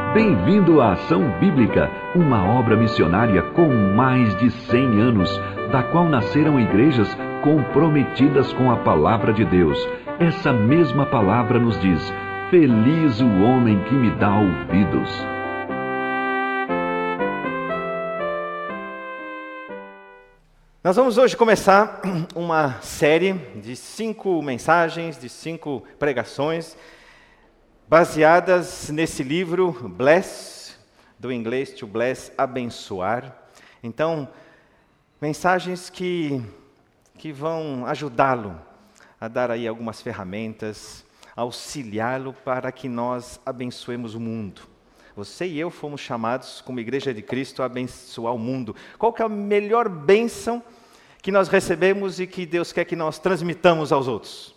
Bem-vindo à Ação Bíblica, uma obra missionária com mais de 100 anos, da qual nasceram igrejas comprometidas com a Palavra de Deus. Essa mesma palavra nos diz: feliz o homem que me dá ouvidos. Nós vamos hoje começar uma série de 5 mensagens, de 5 pregações, baseadas nesse livro, Bless, do inglês to bless, abençoar. Então, mensagens que vão ajudá-lo a dar aí algumas ferramentas, auxiliá-lo para que nós abençoemos o mundo. Você e eu fomos chamados, como Igreja de Cristo, a abençoar o mundo. Qual que é a melhor bênção que nós recebemos e que Deus quer que nós transmitamos aos outros?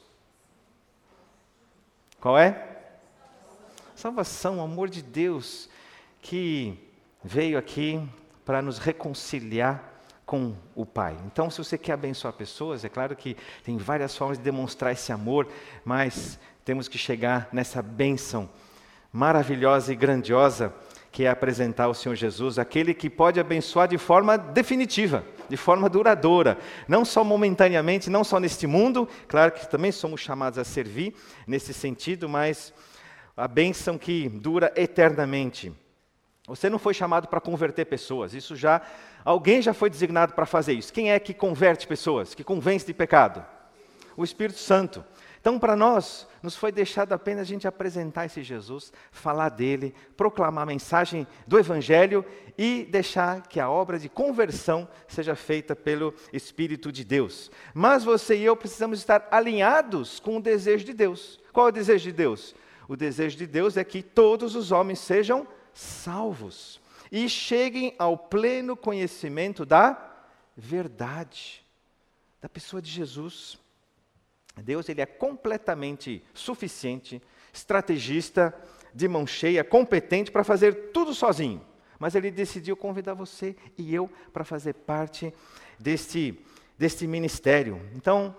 Qual é? Salvação, o amor de Deus, que veio aqui para nos reconciliar com o Pai. Então, se você quer abençoar pessoas, é claro que tem várias formas de demonstrar esse amor, mas temos que chegar nessa bênção maravilhosa e grandiosa, que é apresentar o Senhor Jesus, aquele que pode abençoar de forma definitiva, de forma duradoura, não só momentaneamente, não só neste mundo, claro que também somos chamados a servir nesse sentido, mas a bênção que dura eternamente. Você não foi chamado para converter pessoas, alguém já foi designado para fazer isso. Quem é que converte pessoas, que convence de pecado? O Espírito Santo. Então, para nós, nos foi deixado apenas a gente apresentar esse Jesus, falar dele, proclamar a mensagem do Evangelho e deixar que a obra de conversão seja feita pelo Espírito de Deus. Mas você e eu precisamos estar alinhados com o desejo de Deus. Qual é o desejo de Deus? O desejo de Deus é que todos os homens sejam salvos e cheguem ao pleno conhecimento da verdade, da pessoa de Jesus. Deus, ele é completamente suficiente, estrategista, de mão cheia, competente para fazer tudo sozinho. Mas ele decidiu convidar você e eu para fazer parte deste ministério. Então,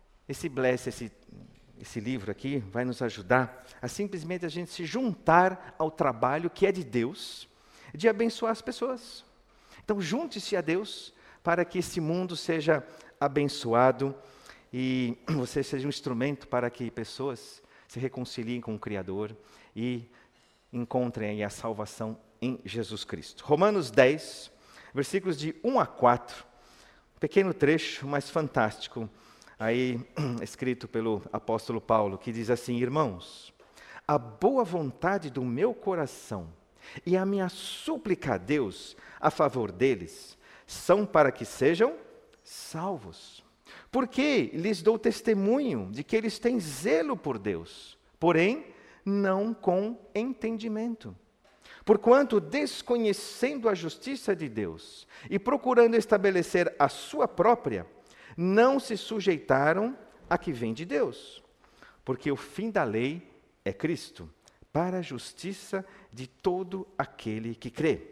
esse livro aqui vai nos ajudar a simplesmente a gente se juntar ao trabalho que é de Deus, de abençoar as pessoas. Então, junte-se a Deus para que esse mundo seja abençoado e você seja um instrumento para que pessoas se reconciliem com o Criador e encontrem aí a salvação em Jesus Cristo. Romanos 10, versículos de 1 a 4, um pequeno trecho, mas fantástico, aí escrito pelo apóstolo Paulo, que diz assim: irmãos, a boa vontade do meu coração e a minha súplica a Deus a favor deles são para que sejam salvos. Porque lhes dou testemunho de que eles têm zelo por Deus, porém não com entendimento. Porquanto, desconhecendo a justiça de Deus e procurando estabelecer a sua própria, não se sujeitaram a que vem de Deus. Porque o fim da lei é Cristo, para a justiça de todo aquele que crê.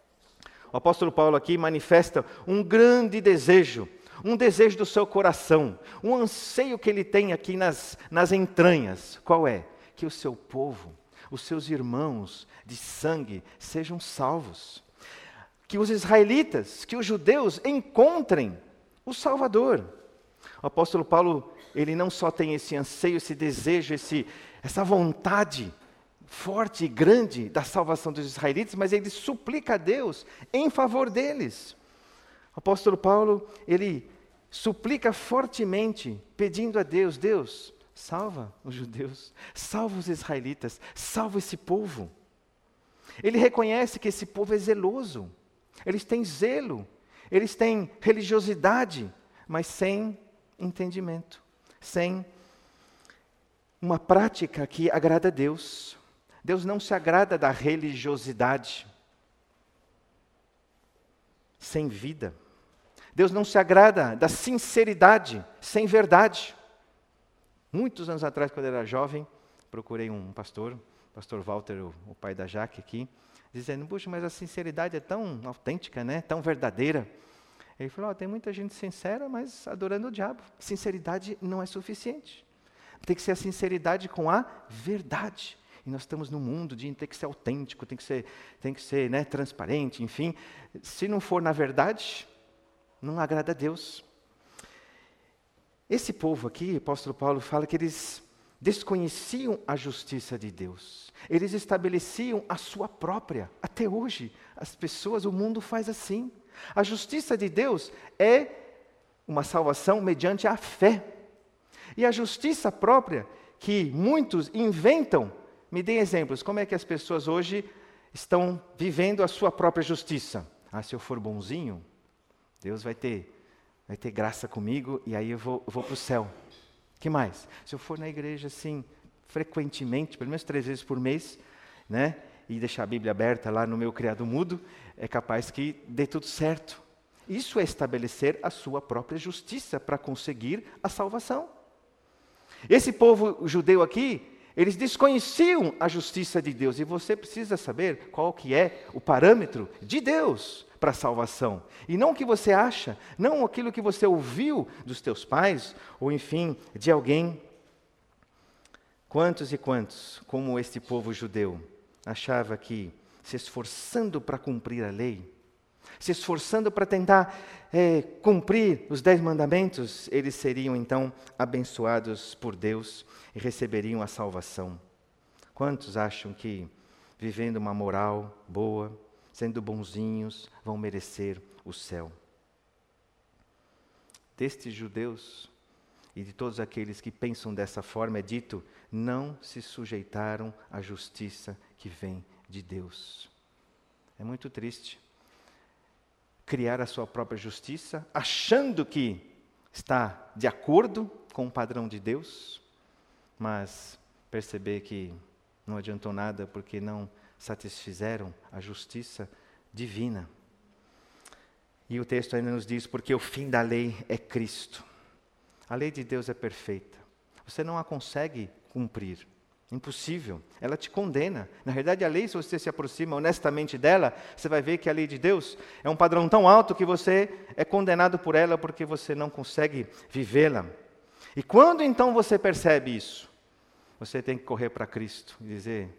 O apóstolo Paulo aqui manifesta um grande desejo, um desejo do seu coração, um anseio que ele tem aqui nas entranhas. Qual é? Que o seu povo, os seus irmãos de sangue sejam salvos. Que os israelitas, que os judeus encontrem o Salvador. O apóstolo Paulo, ele não só tem esse anseio, esse desejo, essa vontade forte e grande da salvação dos israelitas, mas ele suplica a Deus em favor deles. O apóstolo Paulo, ele suplica fortemente, pedindo a Deus: Deus, salva os judeus, salva os israelitas, salva esse povo. Ele reconhece que esse povo é zeloso, eles têm zelo, eles têm religiosidade, mas sem entendimento, sem uma prática que agrada a Deus. Deus não se agrada da religiosidade sem vida. Deus não se agrada da sinceridade sem verdade. Muitos anos atrás, quando eu era jovem, procurei um pastor, pastor Walter, o pai da Jaque aqui, dizendo: puxa, mas a sinceridade é tão autêntica, né? Tão verdadeira. Ele falou: tem muita gente sincera, mas adorando o diabo. Sinceridade não é suficiente. Tem que ser a sinceridade com a verdade. E nós estamos num mundo de tem que ser autêntico, tem que ser né, transparente, enfim. Se não for na verdade, não agrada a Deus. Esse povo aqui, o apóstolo Paulo fala que eles desconheciam a justiça de Deus. Eles estabeleciam a sua própria. Até hoje, as pessoas, o mundo faz assim. A justiça de Deus é uma salvação mediante a fé. E a justiça própria, que muitos inventam, me deem exemplos, como é que as pessoas hoje estão vivendo a sua própria justiça? Se eu for bonzinho, Deus vai ter graça comigo e aí eu vou para o céu. Que mais? Se eu for na igreja assim, frequentemente, pelo menos 3 vezes por mês, né, e deixar a Bíblia aberta lá no meu criado mudo, é capaz que dê tudo certo. Isso é estabelecer a sua própria justiça para conseguir a salvação. Esse povo judeu aqui, eles desconheciam a justiça de Deus, e você precisa saber qual que é o parâmetro de Deus para a salvação. E não o que você acha, não aquilo que você ouviu dos teus pais, ou enfim, de alguém. Quantos e quantos, como este povo judeu, achava que se esforçando para cumprir a lei, se esforçando para tentar cumprir os 10 mandamentos, eles seriam então abençoados por Deus e receberiam a salvação. Quantos acham que vivendo uma moral boa, sendo bonzinhos, vão merecer o céu? Destes judeus e de todos aqueles que pensam dessa forma, é dito, não se sujeitaram à justiça que vem de Deus. É muito triste criar a sua própria justiça, achando que está de acordo com o padrão de Deus, mas perceber que não adiantou nada porque não satisfizeram a justiça divina. E o texto ainda nos diz, porque o fim da lei é Cristo. A lei de Deus é perfeita. Você não a consegue cumprir. Impossível. Ela te condena. Na verdade, a lei, se você se aproxima honestamente dela, você vai ver que a lei de Deus é um padrão tão alto que você é condenado por ela porque você não consegue vivê-la. E quando então você percebe isso, você tem que correr para Cristo e dizer,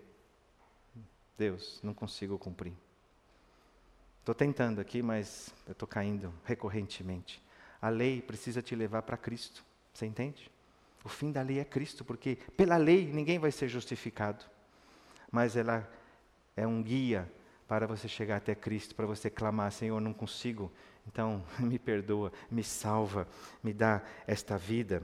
Deus, não consigo cumprir. Estou tentando aqui, mas eu estou caindo recorrentemente. A lei precisa te levar para Cristo. Você entende? O fim da lei é Cristo, porque pela lei ninguém vai ser justificado. Mas ela é um guia para você chegar até Cristo, para você clamar, Senhor, não consigo, então me perdoa, me salva, me dá esta vida.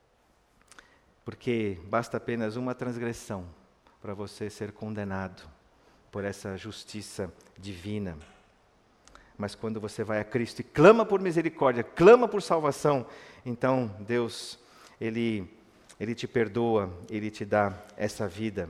Porque basta apenas uma transgressão para você ser condenado por essa justiça divina. Mas quando você vai a Cristo e clama por misericórdia, clama por salvação, então Deus, Ele te perdoa, Ele te dá essa vida.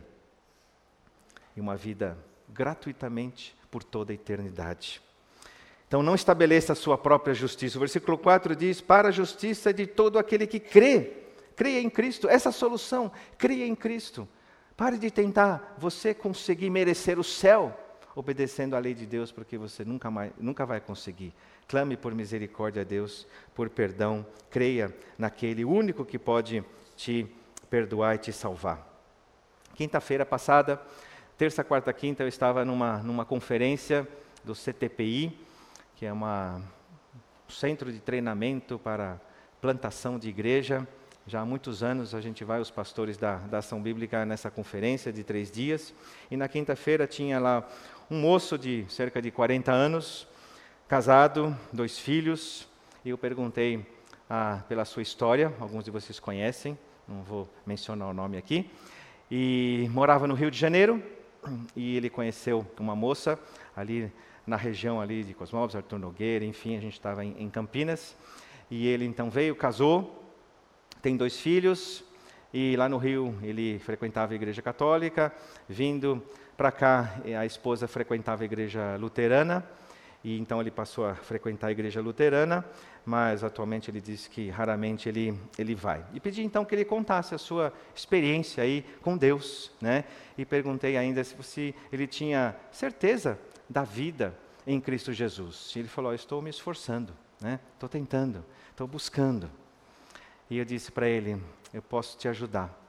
E uma vida gratuitamente por toda a eternidade. Então não estabeleça a sua própria justiça. O versículo 4 diz, para a justiça de todo aquele que crê. Creia em Cristo. Essa é a solução, creia em Cristo. Pare de tentar você conseguir merecer o céu, obedecendo à lei de Deus, porque você nunca vai conseguir. Clame por misericórdia a Deus, por perdão. Creia naquele único que pode te perdoar e te salvar. Quinta-feira passada, terça, quarta, quinta, eu estava numa conferência do CTPI, que é um centro de treinamento para plantação de igreja. Já há muitos anos a gente vai, os pastores da Ação Bíblica, nessa conferência de 3 dias. E na quinta-feira tinha lá um moço de cerca de 40 anos, casado, 2 filhos. E eu perguntei pela sua história, alguns de vocês conhecem, não vou mencionar o nome aqui. E morava no Rio de Janeiro, e ele conheceu uma moça ali na região ali de Cosmópolis, Arthur Nogueira, enfim, a gente estava em Campinas. E ele então veio, casou, tem 2 filhos, e lá no Rio ele frequentava a igreja católica, vindo para cá a esposa frequentava a igreja luterana, e então ele passou a frequentar a igreja luterana, mas atualmente ele disse que raramente ele vai. E pedi então que ele contasse a sua experiência aí com Deus, né? E perguntei ainda se ele tinha certeza da vida em Cristo Jesus. E ele falou, estou me esforçando, né? Estou tentando, estou buscando. E eu disse para ele, eu posso te ajudar,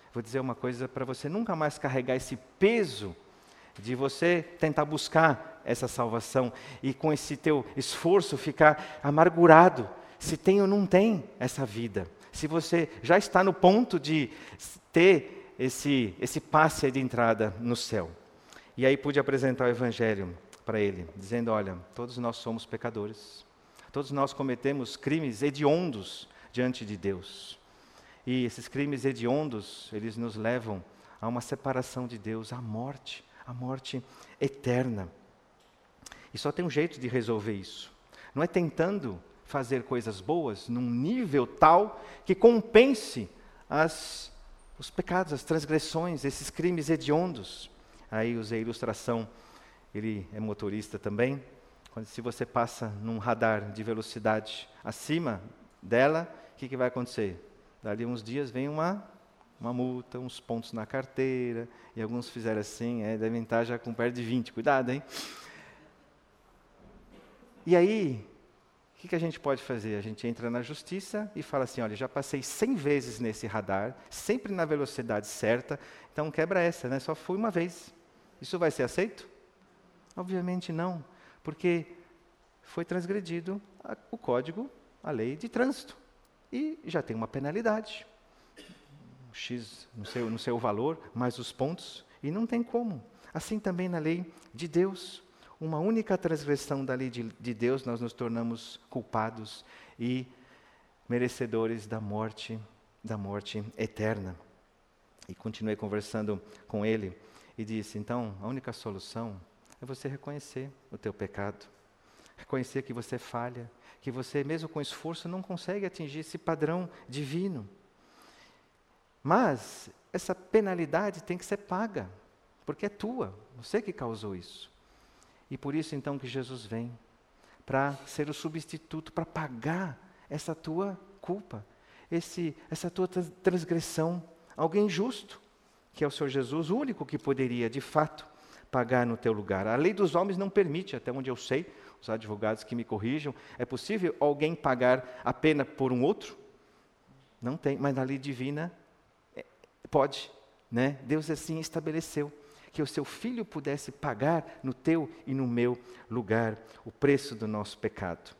vou dizer uma coisa para você nunca mais carregar esse peso de você tentar buscar essa salvação e com esse teu esforço ficar amargurado se tem ou não tem essa vida. Se você já está no ponto de ter esse passe de entrada no céu. E aí pude apresentar o Evangelho para ele, dizendo, olha, todos nós somos pecadores. Todos nós cometemos crimes hediondos diante de Deus. E esses crimes hediondos, eles nos levam a uma separação de Deus, à morte eterna. E só tem um jeito de resolver isso. Não é tentando fazer coisas boas num nível tal que compense os pecados, as transgressões, esses crimes hediondos. Aí usei a ilustração, ele é motorista também. Se você passa num radar de velocidade acima dela, o que vai acontecer? Dali uns dias vem uma multa, uns pontos na carteira, e alguns fizeram assim, devem estar já com perto de 20, cuidado, hein? E aí, o que a gente pode fazer? A gente entra na justiça e fala assim, olha, já passei 100 vezes nesse radar, sempre na velocidade certa, então quebra essa, né? Só fui uma vez. Isso vai ser aceito? Obviamente não, porque foi transgredido o código, a lei de trânsito, e já tem uma penalidade. X no seu valor, mais os pontos, e não tem como. Assim também na lei de Deus. Uma única transgressão da lei de Deus, nós nos tornamos culpados e merecedores da morte eterna. E continuei conversando com ele e disse, então, a única solução é você reconhecer o teu pecado. Reconhecer que você falha, que você, mesmo com esforço, não consegue atingir esse padrão divino. Mas essa penalidade tem que ser paga, porque é tua, você que causou isso. E por isso então que Jesus vem, para ser o substituto, para pagar essa tua culpa, essa tua transgressão. Alguém justo, que é o Senhor Jesus, o único que poderia, de fato, pagar no teu lugar. A lei dos homens não permite, até onde eu sei, os advogados que me corrijam, é possível alguém pagar a pena por um outro? Não tem, mas na lei divina pode, né? Deus assim estabeleceu que o seu Filho pudesse pagar no teu e no meu lugar o preço do nosso pecado.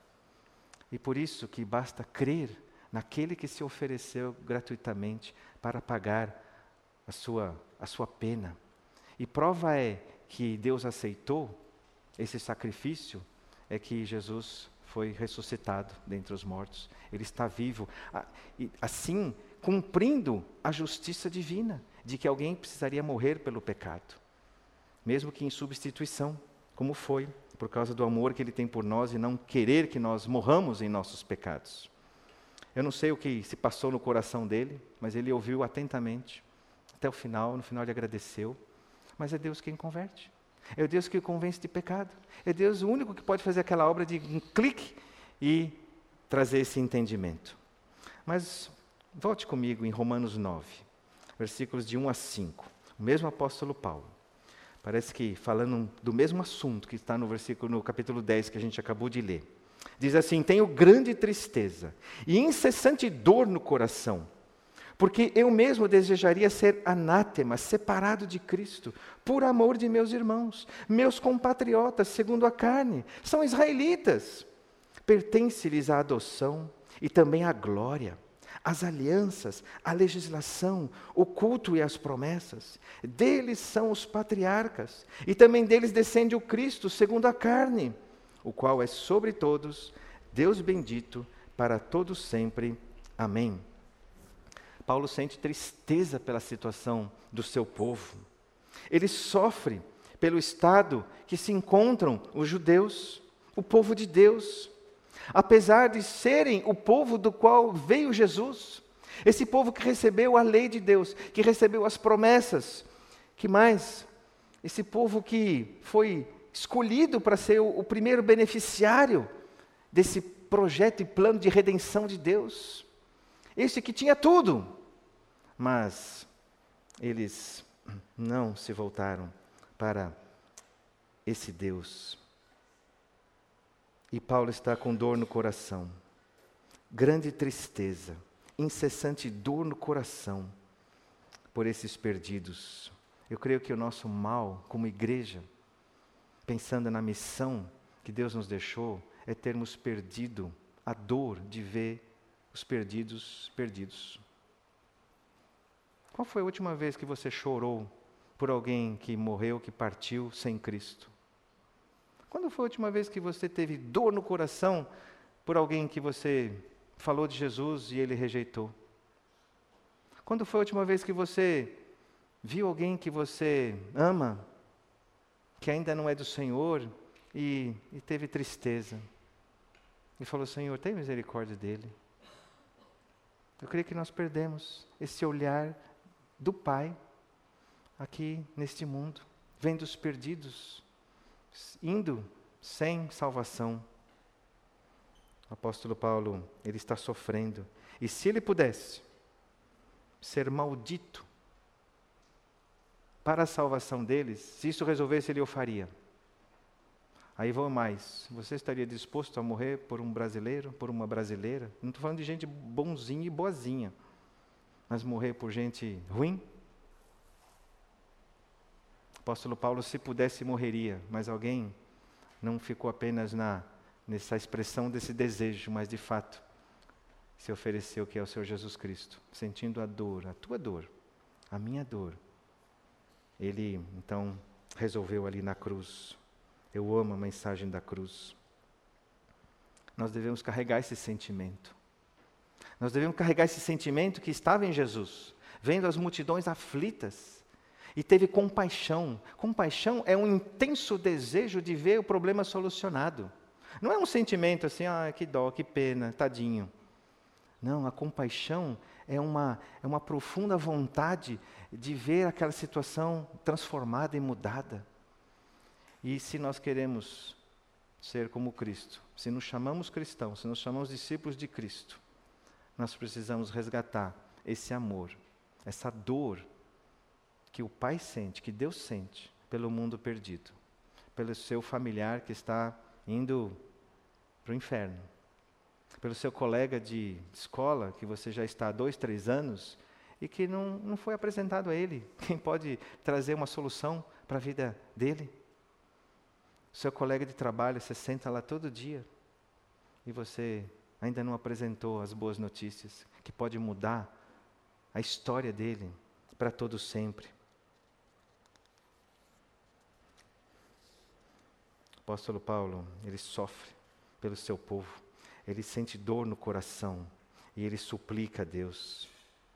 E por isso que basta crer naquele que se ofereceu gratuitamente para pagar a sua pena. E prova é que Deus aceitou esse sacrifício, é que Jesus foi ressuscitado dentre os mortos. Ele está vivo, e assim cumprindo a justiça divina, de que alguém precisaria morrer pelo pecado, mesmo que em substituição, como foi, por causa do amor que Ele tem por nós e não querer que nós morramos em nossos pecados. Eu não sei o que se passou no coração dele, mas ele ouviu atentamente, até o final, no final ele agradeceu, mas é Deus quem converte, é Deus que o convence de pecado, é Deus o único que pode fazer aquela obra de um clique e trazer esse entendimento. Mas volte comigo em Romanos 9, versículos de 1 a 5, o mesmo apóstolo Paulo, parece que falando do mesmo assunto que está no capítulo 10 que a gente acabou de ler. Diz assim, tenho grande tristeza e incessante dor no coração, porque eu mesmo desejaria ser anátema, separado de Cristo, por amor de meus irmãos, meus compatriotas, segundo a carne, são israelitas. Pertence-lhes a adoção e também a glória, as alianças, a legislação, o culto e as promessas. Deles são os patriarcas, e também deles descende o Cristo, segundo a carne, o qual é sobre todos, Deus bendito, para todos sempre. Amém. Paulo sente tristeza pela situação do seu povo. Ele sofre pelo estado que se encontram os judeus, o povo de Deus. Apesar de serem o povo do qual veio Jesus, esse povo que recebeu a lei de Deus, que recebeu as promessas, que mais? Esse povo que foi escolhido para ser o primeiro beneficiário desse projeto e plano de redenção de Deus. Esse que tinha tudo, mas eles não se voltaram para esse Deus. E Paulo está com dor no coração, grande tristeza, incessante dor no coração, por esses perdidos. Eu creio que o nosso mal, como igreja, pensando na missão que Deus nos deixou, é termos perdido a dor de ver os perdidos. Qual foi a última vez que você chorou por alguém que morreu, que partiu sem Cristo? Quando foi a última vez que você teve dor no coração por alguém que você falou de Jesus e ele rejeitou? Quando foi a última vez que você viu alguém que você ama, que ainda não é do Senhor, e teve tristeza? E falou: Senhor, tem misericórdia dele. Eu creio que nós perdemos esse olhar do Pai aqui neste mundo, vendo os perdidos, indo sem salvação. O apóstolo Paulo, ele está sofrendo. E se ele pudesse ser maldito para a salvação deles, se isso resolvesse, ele o faria. Aí vou mais. Você estaria disposto a morrer por um brasileiro, por uma brasileira? Não estou falando de gente bonzinha e boazinha, mas morrer por gente ruim? O apóstolo Paulo, se pudesse, morreria, mas alguém não ficou apenas nessa expressão desse desejo, mas de fato se ofereceu, que é o Senhor Jesus Cristo, sentindo a dor, a tua dor, a minha dor. Ele então resolveu ali na cruz. Eu amo a mensagem da cruz. Nós devemos carregar esse sentimento. Nós devemos carregar esse sentimento que estava em Jesus, vendo as multidões aflitas, e teve compaixão. Compaixão é um intenso desejo de ver o problema solucionado. Não é um sentimento assim, que dó, que pena, tadinho. Não, a compaixão é uma profunda vontade de ver aquela situação transformada e mudada. E se nós queremos ser como Cristo, se nos chamamos cristãos, se nos chamamos discípulos de Cristo, nós precisamos resgatar esse amor, essa dor que o Pai sente, que Deus sente pelo mundo perdido, pelo seu familiar que está indo para o inferno, pelo seu colega de escola que você já está há 2, 3 anos e que não foi apresentado a ele. Quem pode trazer uma solução para a vida dele? Seu colega de trabalho, você senta lá todo dia e você ainda não apresentou as boas notícias que pode mudar a história dele para todo sempre. O apóstolo Paulo, ele sofre pelo seu povo, ele sente dor no coração e ele suplica a Deus.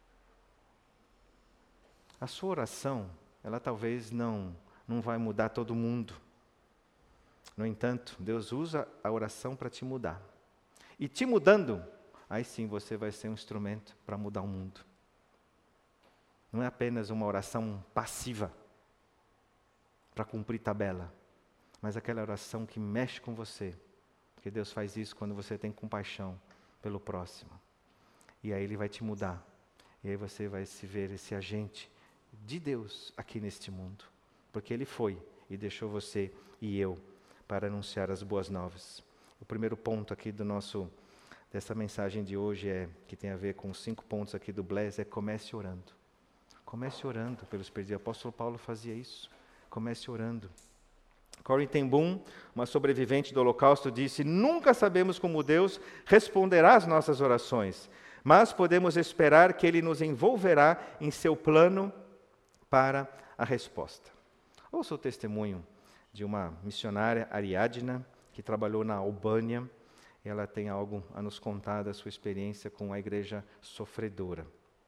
A sua oração, ela talvez não vai mudar todo mundo. No entanto, Deus usa a oração para te mudar. E te mudando, aí sim você vai ser um instrumento para mudar o mundo. Não é apenas uma oração passiva para cumprir tabela, mas aquela oração que mexe com você. Porque Deus faz isso quando você tem compaixão pelo próximo. E aí Ele vai te mudar. E aí você vai se ver esse agente de Deus aqui neste mundo. Porque Ele foi e deixou você e eu para anunciar as boas novas. O primeiro ponto aqui dessa mensagem de hoje, que tem a ver com os 5 pontos aqui do Bless, é comece orando. Comece orando pelos perdidos. O apóstolo Paulo fazia isso. Comece orando. Corrie ten Boom, uma sobrevivente do Holocausto, disse: nunca sabemos como Deus responderá às nossas orações, mas podemos esperar que Ele nos envolverá em seu plano para a resposta. Ouça o testemunho de uma missionária, Ariadna, que trabalhou na Albânia. Ela tem algo a nos contar da sua experiência com a igreja sofredora.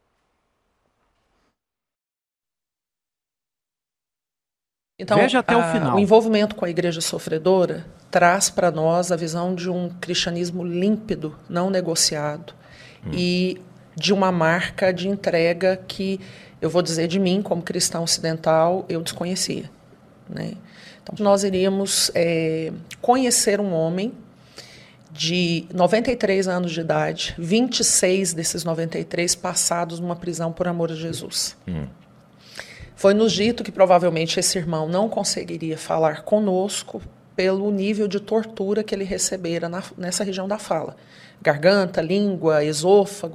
Então, veja até o final. O envolvimento com a igreja sofredora traz para nós a visão de um cristianismo límpido, não negociado, e de uma marca de entrega que, eu vou dizer de mim, como cristão ocidental, eu desconhecia, né? Então, nós iríamos conhecer um homem de 93 anos de idade, 26 desses 93 passados numa prisão por amor a Jesus. Foi nos dito que provavelmente esse irmão não conseguiria falar conosco pelo nível de tortura que ele recebera nessa região da fala. Garganta, língua, esôfago,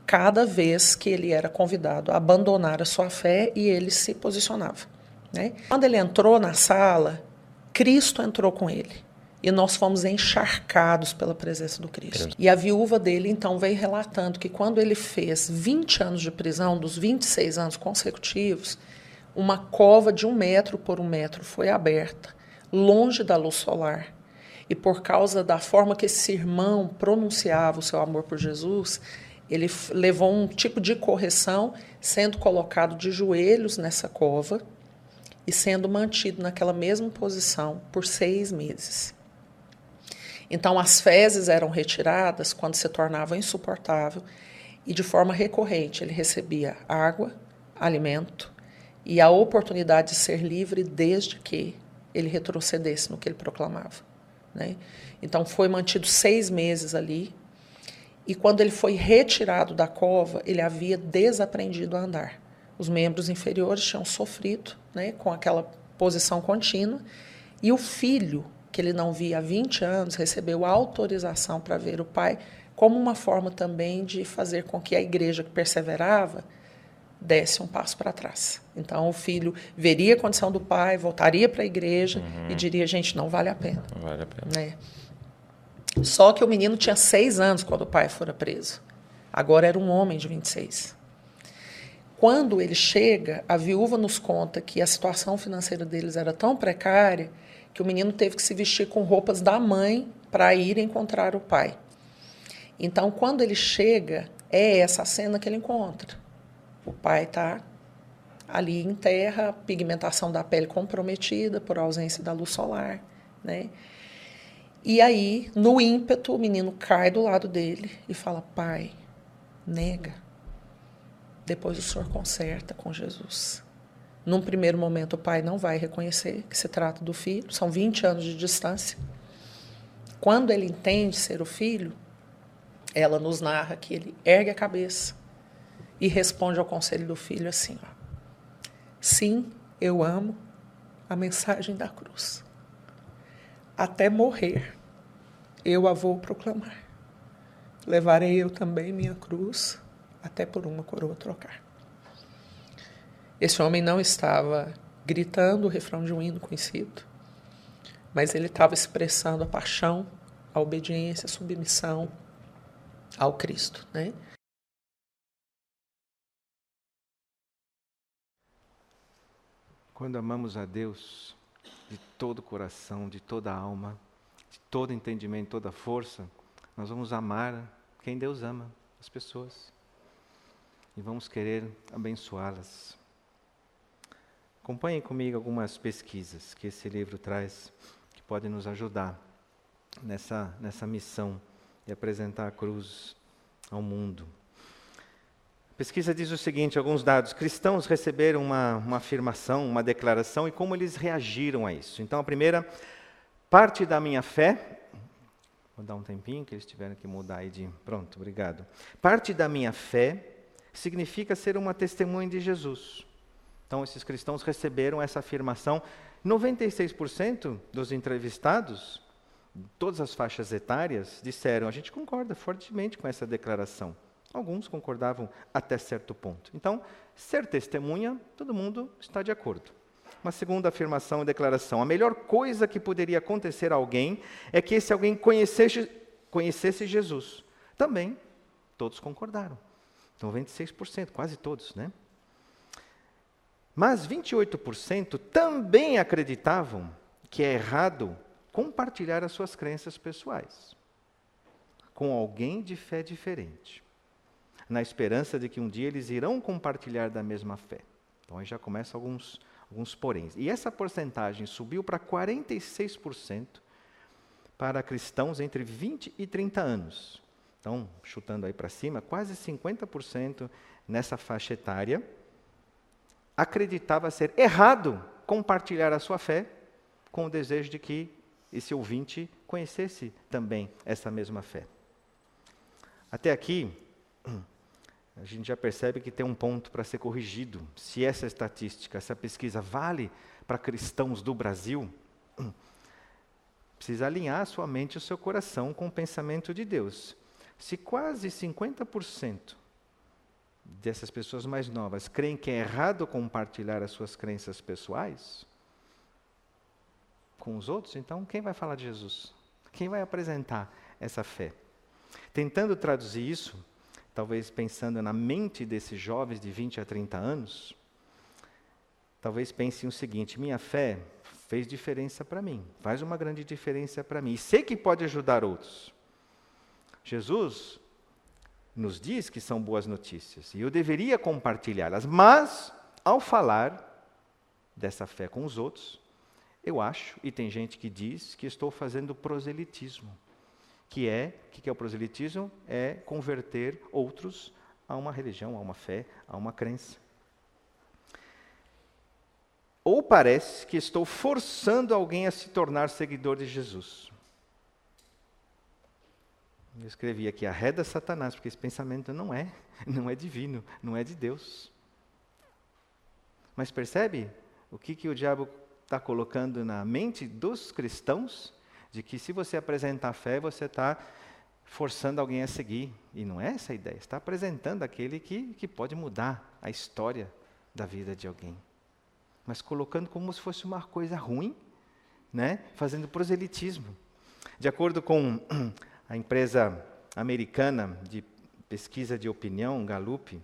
cada vez que ele era convidado a abandonar a sua fé e ele se posicionava, né? Quando ele entrou na sala, Cristo entrou com ele. E nós fomos encharcados pela presença do Cristo. E a viúva dele, então, veio relatando que quando ele fez 20 anos de prisão, dos 26 anos consecutivos, uma cova de 1 metro por 1 metro foi aberta, longe da luz solar. E por causa da forma que esse irmão pronunciava o seu amor por Jesus, ele levou um tipo de correção, sendo colocado de joelhos nessa cova e sendo mantido naquela mesma posição por 6 meses. Então, as fezes eram retiradas quando se tornava insuportável e, de forma recorrente, ele recebia água, alimento e a oportunidade de ser livre desde que ele retrocedesse no que ele proclamava, né? Então, foi mantido 6 meses ali e, quando ele foi retirado da cova, ele havia desaprendido a andar. Os membros inferiores tinham sofrido, né, com aquela posição contínua e o filho, que ele não via há 20 anos, recebeu autorização para ver o pai, como uma forma também de fazer com que a igreja que perseverava desse um passo para trás. Então, o filho veria a condição do pai, voltaria para a igreja e diria, gente, não vale a pena. Não vale a pena. Né? Só que o menino tinha 6 anos quando o pai fora preso. Agora era um homem de 26. Quando ele chega, a viúva nos conta que a situação financeira deles era tão precária que o menino teve que se vestir com roupas da mãe para ir encontrar o pai. Então, quando ele chega, é essa cena que ele encontra. O pai está ali em terra, pigmentação da pele comprometida por ausência da luz solar, né? E aí, no ímpeto, o menino cai do lado dele e fala, pai, nega. Depois o senhor conserta com Jesus. Num primeiro momento, o pai não vai reconhecer que se trata do filho. São 20 anos de distância. Quando ele entende ser o filho, ela nos narra que ele ergue a cabeça e responde ao conselho do filho assim, ó, sim, eu amo a mensagem da cruz. Até morrer, eu a vou proclamar. Levarei eu também minha cruz, até por uma coroa trocar. Esse homem não estava gritando o refrão de um hino conhecido, mas ele estava expressando a paixão, a obediência, a submissão ao Cristo, né? Quando amamos a Deus de todo o coração, de toda a alma, de todo entendimento, toda força, nós vamos amar quem Deus ama, as pessoas, e vamos querer abençoá-las. Acompanhem comigo algumas pesquisas que esse livro traz, que podem nos ajudar nessa missão de apresentar a cruz ao mundo. A pesquisa diz o seguinte, alguns dados. Cristãos receberam uma afirmação, uma declaração, e como eles reagiram a isso. Então, a primeira, parte da minha fé... Vou dar um tempinho, que eles tiveram que mudar aí de... Pronto, obrigado. Parte da minha fé significa ser uma testemunha de Jesus. Então, esses cristãos receberam essa afirmação. 96% dos entrevistados, todas as faixas etárias, disseram, a gente concorda fortemente com essa declaração. Alguns concordavam até certo ponto. Então, ser testemunha, todo mundo está de acordo. Uma segunda afirmação e declaração. A melhor coisa que poderia acontecer a alguém é que esse alguém conhecesse Jesus. Também, todos concordaram. 96%, quase todos, né? Mas 28% também acreditavam que é errado compartilhar as suas crenças pessoais com alguém de fé diferente, na esperança de que um dia eles irão compartilhar da mesma fé. Então aí já começam alguns poréns. E essa porcentagem subiu para 46% para cristãos entre 20 e 30 anos. Então, chutando aí para cima, quase 50% nessa faixa etária acreditava ser errado compartilhar a sua fé com o desejo de que esse ouvinte conhecesse também essa mesma fé. Até aqui, a gente já percebe que tem um ponto para ser corrigido. Se essa estatística, essa pesquisa vale para cristãos do Brasil, precisa alinhar a sua mente e o seu coração com o pensamento de Deus. Se quase 50% dessas pessoas mais novas creem que é errado compartilhar as suas crenças pessoais com os outros, então quem vai falar de Jesus? Quem vai apresentar essa fé? Tentando traduzir isso, talvez pensando na mente desses jovens de 20 a 30 anos, talvez pensem o seguinte: minha fé fez diferença para mim, faz uma grande diferença para mim, e sei que pode ajudar outros. Jesus nos diz que são boas notícias, e eu deveria compartilhá-las, mas, ao falar dessa fé com os outros, eu acho, e tem gente que diz, que estou fazendo proselitismo. Que é o proselitismo? É converter outros a uma religião, a uma fé, a uma crença. Ou parece que estou forçando alguém a se tornar seguidor de Jesus. Eu escrevi aqui, arreda Satanás, porque esse pensamento não é divino, não é de Deus. Mas percebe o que o diabo está colocando na mente dos cristãos? De que se você apresentar fé, você está forçando alguém a seguir. E não é essa a ideia. Está apresentando aquele que pode mudar a história da vida de alguém. Mas colocando como se fosse uma coisa ruim, né? Fazendo proselitismo. De acordo com a empresa americana de pesquisa de opinião, Gallup,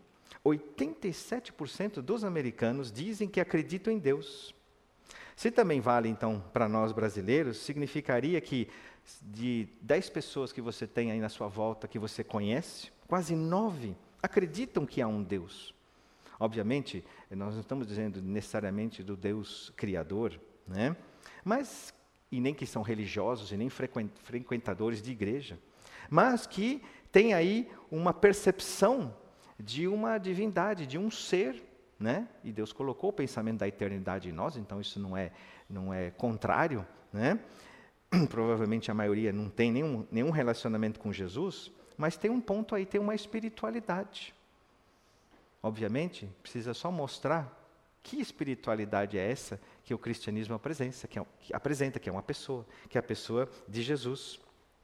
87% dos americanos dizem que acreditam em Deus. Se também vale, então, para nós brasileiros, significaria que de 10 pessoas que você tem aí na sua volta, que você conhece, quase 9 acreditam que há um Deus. Obviamente, nós não estamos dizendo necessariamente do Deus Criador, né? Mas, e nem que são religiosos e nem frequentadores de igreja, mas que tem aí uma percepção de uma divindade, de um ser, né? E Deus colocou o pensamento da eternidade em nós, então isso não é contrário, né? Provavelmente a maioria não tem nenhum relacionamento com Jesus, mas tem um ponto aí, tem uma espiritualidade. Obviamente, precisa só mostrar que espiritualidade é essa que o cristianismo apresenta, que é uma pessoa, que é a pessoa de Jesus.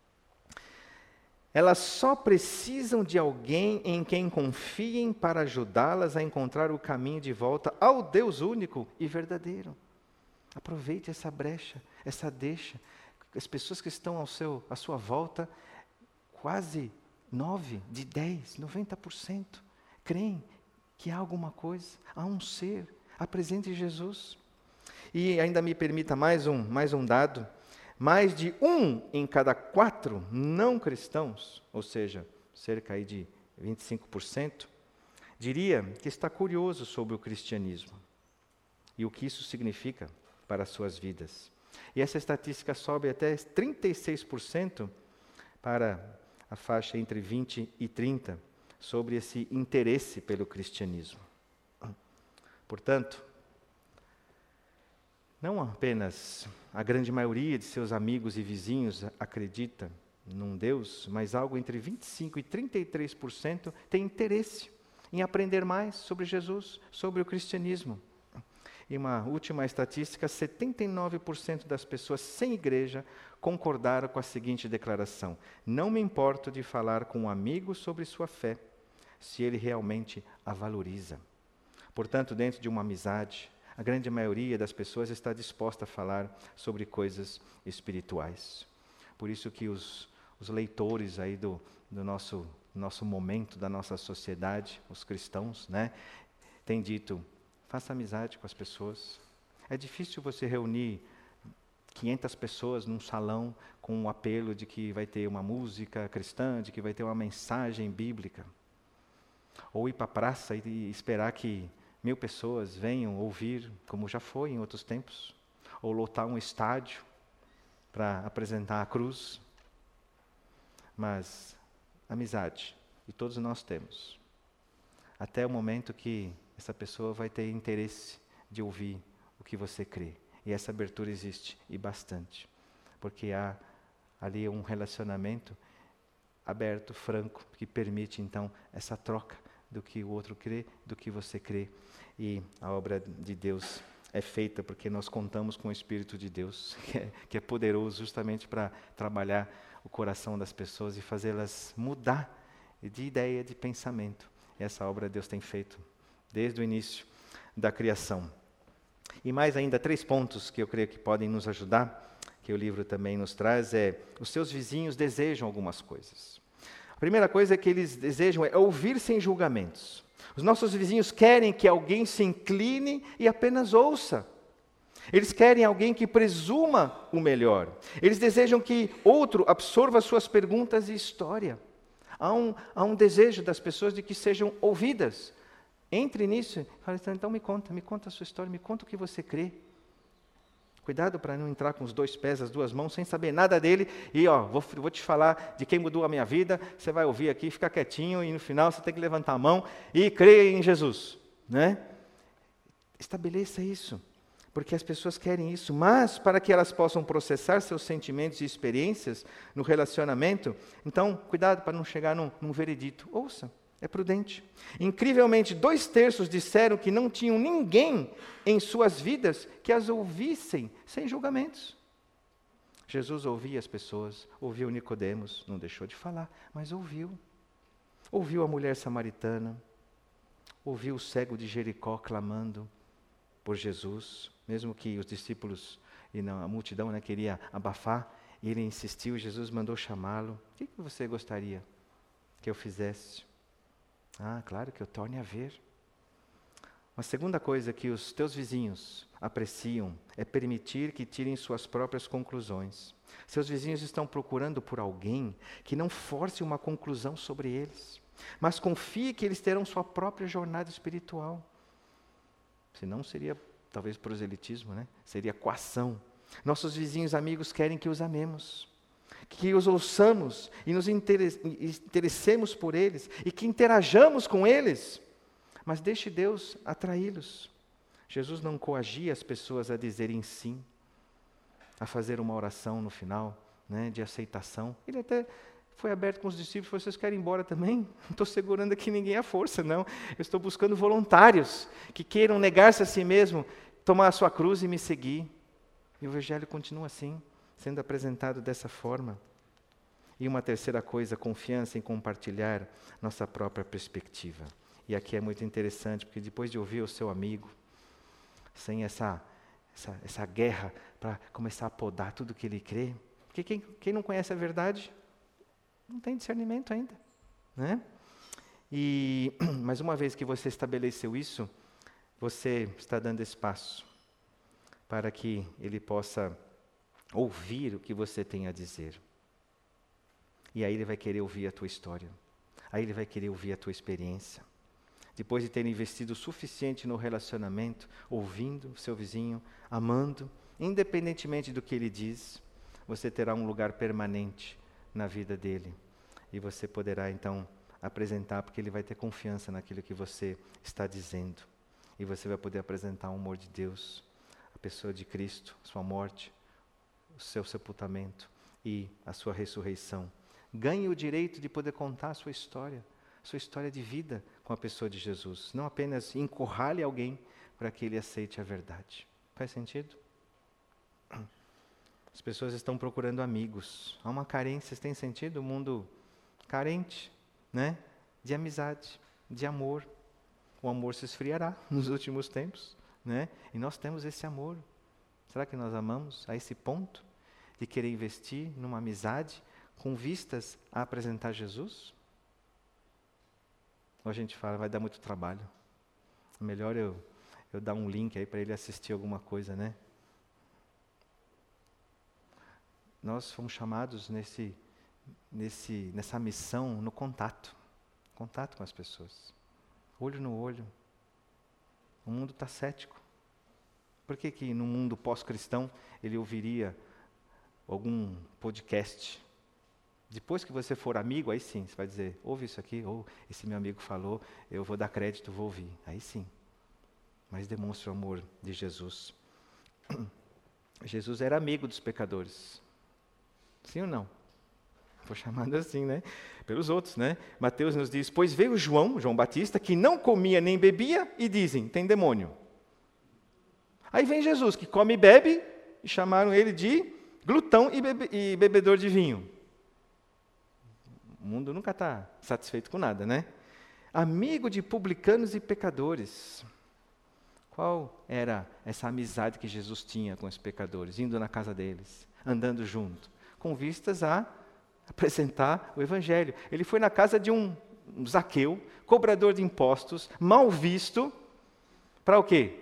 Elas só precisam de alguém em quem confiem para ajudá-las a encontrar o caminho de volta ao Deus único e verdadeiro. Aproveite essa brecha, essa deixa. As pessoas que estão à sua volta, quase 9 de 10, 90%, creem que há alguma coisa, há um ser. Apresente Jesus. E ainda me permita mais um dado. Mais de 1 em cada 4 não cristãos, ou seja, cerca aí de 25%, diria que está curioso sobre o cristianismo e o que isso significa para as suas vidas. E essa estatística sobe até 36% para a faixa entre 20 e 30, sobre esse interesse pelo cristianismo. Portanto, não apenas a grande maioria de seus amigos e vizinhos acredita num Deus, mas algo entre 25% e 33% tem interesse em aprender mais sobre Jesus, sobre o cristianismo. E uma última estatística, 79% das pessoas sem igreja concordaram com a seguinte declaração: não me importo de falar com um amigo sobre sua fé, se ele realmente a valoriza. Portanto, dentro de uma amizade, a grande maioria das pessoas está disposta a falar sobre coisas espirituais. Por isso que os leitores aí do nosso momento, da nossa sociedade, os cristãos, né, têm dito: faça amizade com as pessoas. É difícil você reunir 500 pessoas num salão com o apelo de que vai ter uma música cristã, de que vai ter uma mensagem bíblica. Ou ir para a praça e esperar que 1000 pessoas venham ouvir, como já foi em outros tempos. Ou lotar um estádio para apresentar a cruz. Mas amizade, e todos nós temos. Até o momento que essa pessoa vai ter interesse de ouvir o que você crê. E essa abertura existe, e bastante. Porque há ali um relacionamento aberto, franco, que permite então essa troca do que o outro crê, do que você crê. E a obra de Deus é feita porque nós contamos com o Espírito de Deus, que é poderoso justamente para trabalhar o coração das pessoas e fazê-las mudar de ideia, de pensamento. Essa obra Deus tem feito desde o início da criação. E mais ainda, 3 pontos que eu creio que podem nos ajudar, que o livro também nos traz, os seus vizinhos desejam algumas coisas. A primeira coisa que eles desejam é ouvir sem julgamentos. Os nossos vizinhos querem que alguém se incline e apenas ouça. Eles querem alguém que presuma o melhor. Eles desejam que outro absorva suas perguntas e história. Há um desejo das pessoas de que sejam ouvidas. Entre nisso e fale, então me conta a sua história, me conta o que você crê. Cuidado para não entrar com os 2 pés, as 2 mãos, sem saber nada dele. E vou te falar de quem mudou a minha vida, você vai ouvir aqui, ficar quietinho, e no final você tem que levantar a mão e crer em Jesus. Né? Estabeleça isso. Porque as pessoas querem isso, mas para que elas possam processar seus sentimentos e experiências no relacionamento, então, cuidado para não chegar num veredito. Ouça, é prudente. Incrivelmente, 2/3 disseram que não tinham ninguém em suas vidas que as ouvissem sem julgamentos. Jesus ouvia as pessoas, ouviu Nicodemos, não deixou de falar, mas ouviu. Ouviu a mulher samaritana, ouviu o cego de Jericó clamando por Jesus, mesmo que os discípulos e a multidão queria abafar, ele insistiu, Jesus mandou chamá-lo. O que você gostaria que eu fizesse? Claro que eu torne a ver. Uma segunda coisa que os teus vizinhos apreciam é permitir que tirem suas próprias conclusões. Seus vizinhos estão procurando por alguém que não force uma conclusão sobre eles, mas confie que eles terão sua própria jornada espiritual. Senão seria, talvez, proselitismo, né? Seria coação. Nossos vizinhos amigos querem que os amemos, que os ouçamos e nos interessemos por eles e que interajamos com eles. Mas deixe Deus atraí-los. Jesus não coagia as pessoas a dizerem sim, a fazer uma oração no final, né, de aceitação. Ele até foi aberto com os discípulos, falou, vocês querem ir embora também? Não estou segurando aqui ninguém à força, não. Eu estou buscando voluntários que queiram negar-se a si mesmo, tomar a sua cruz e me seguir. E o Evangelho continua assim, sendo apresentado dessa forma. E uma terceira coisa, confiança em compartilhar nossa própria perspectiva. E aqui é muito interessante, porque depois de ouvir o seu amigo, sem essa guerra para começar a podar tudo que ele crê, porque quem não conhece a verdade não tem discernimento ainda, né? Mas uma vez que você estabeleceu isso, você está dando espaço para que ele possa ouvir o que você tem a dizer. E aí ele vai querer ouvir a tua história. Aí ele vai querer ouvir a tua experiência. Depois de ter investido o suficiente no relacionamento, ouvindo o seu vizinho, amando, independentemente do que ele diz, você terá um lugar permanente na vida dele. E você poderá, então, apresentar, porque ele vai ter confiança naquilo que você está dizendo. E você vai poder apresentar o amor de Deus, a pessoa de Cristo, sua morte, o seu sepultamento e a sua ressurreição. Ganhe o direito de poder contar a sua história de vida com a pessoa de Jesus. Não apenas encurrale alguém para que ele aceite a verdade. Faz sentido? As pessoas estão procurando amigos. Há uma carência, tem sentido? O mundo carente, né? De amizade, de amor. O amor se esfriará nos últimos tempos, né? E nós temos esse amor. Será que nós amamos a esse ponto de querer investir numa amizade com vistas a apresentar Jesus? Ou a gente fala, vai dar muito trabalho. Melhor eu dar um link aí para ele assistir alguma coisa, né? Nós fomos chamados nessa missão no contato com as pessoas, olho no olho. O mundo está cético. Por que no mundo pós-cristão ele ouviria algum podcast? Depois que você for amigo, aí sim, você vai dizer, ouve isso aqui, ou esse meu amigo falou, eu vou dar crédito, vou ouvir. Aí sim. Mas demonstra o amor de Jesus. Jesus era amigo dos pecadores. Sim ou não? Foi chamado assim, né? Pelos outros, né? Mateus nos diz, pois veio João Batista, que não comia nem bebia, e dizem, tem demônio. Aí vem Jesus, que come e bebe, e chamaram ele de glutão e bebedor de vinho. O mundo nunca está satisfeito com nada, né? amigo de publicanos e pecadores. Qual era essa amizade que Jesus tinha com os pecadores? Indo na casa deles, andando junto, com vistas a apresentar o Evangelho. Ele foi na casa de um Zaqueu, cobrador de impostos, mal visto, para o quê?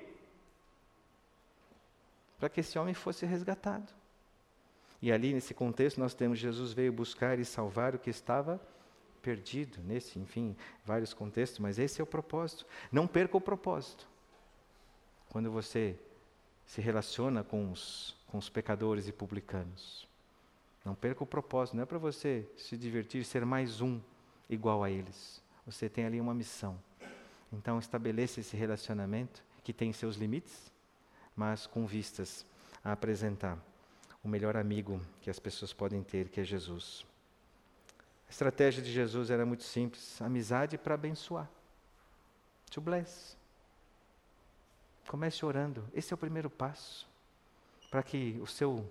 Para que esse homem fosse resgatado. E ali, nesse contexto, nós temos Jesus veio buscar e salvar o que estava perdido. Enfim, vários contextos, mas esse é o propósito. Não perca o propósito. Quando você se relaciona com os pecadores e publicanos. Não perca o propósito, não é para você se divertir, ser mais um igual a eles. Você tem ali uma missão. Então estabeleça esse relacionamento, que tem seus limites, mas com vistas a apresentar o melhor amigo que as pessoas podem ter, que é Jesus. A estratégia de Jesus era muito simples, amizade para abençoar. To bless. Comece orando, esse é o primeiro passo, para que o seu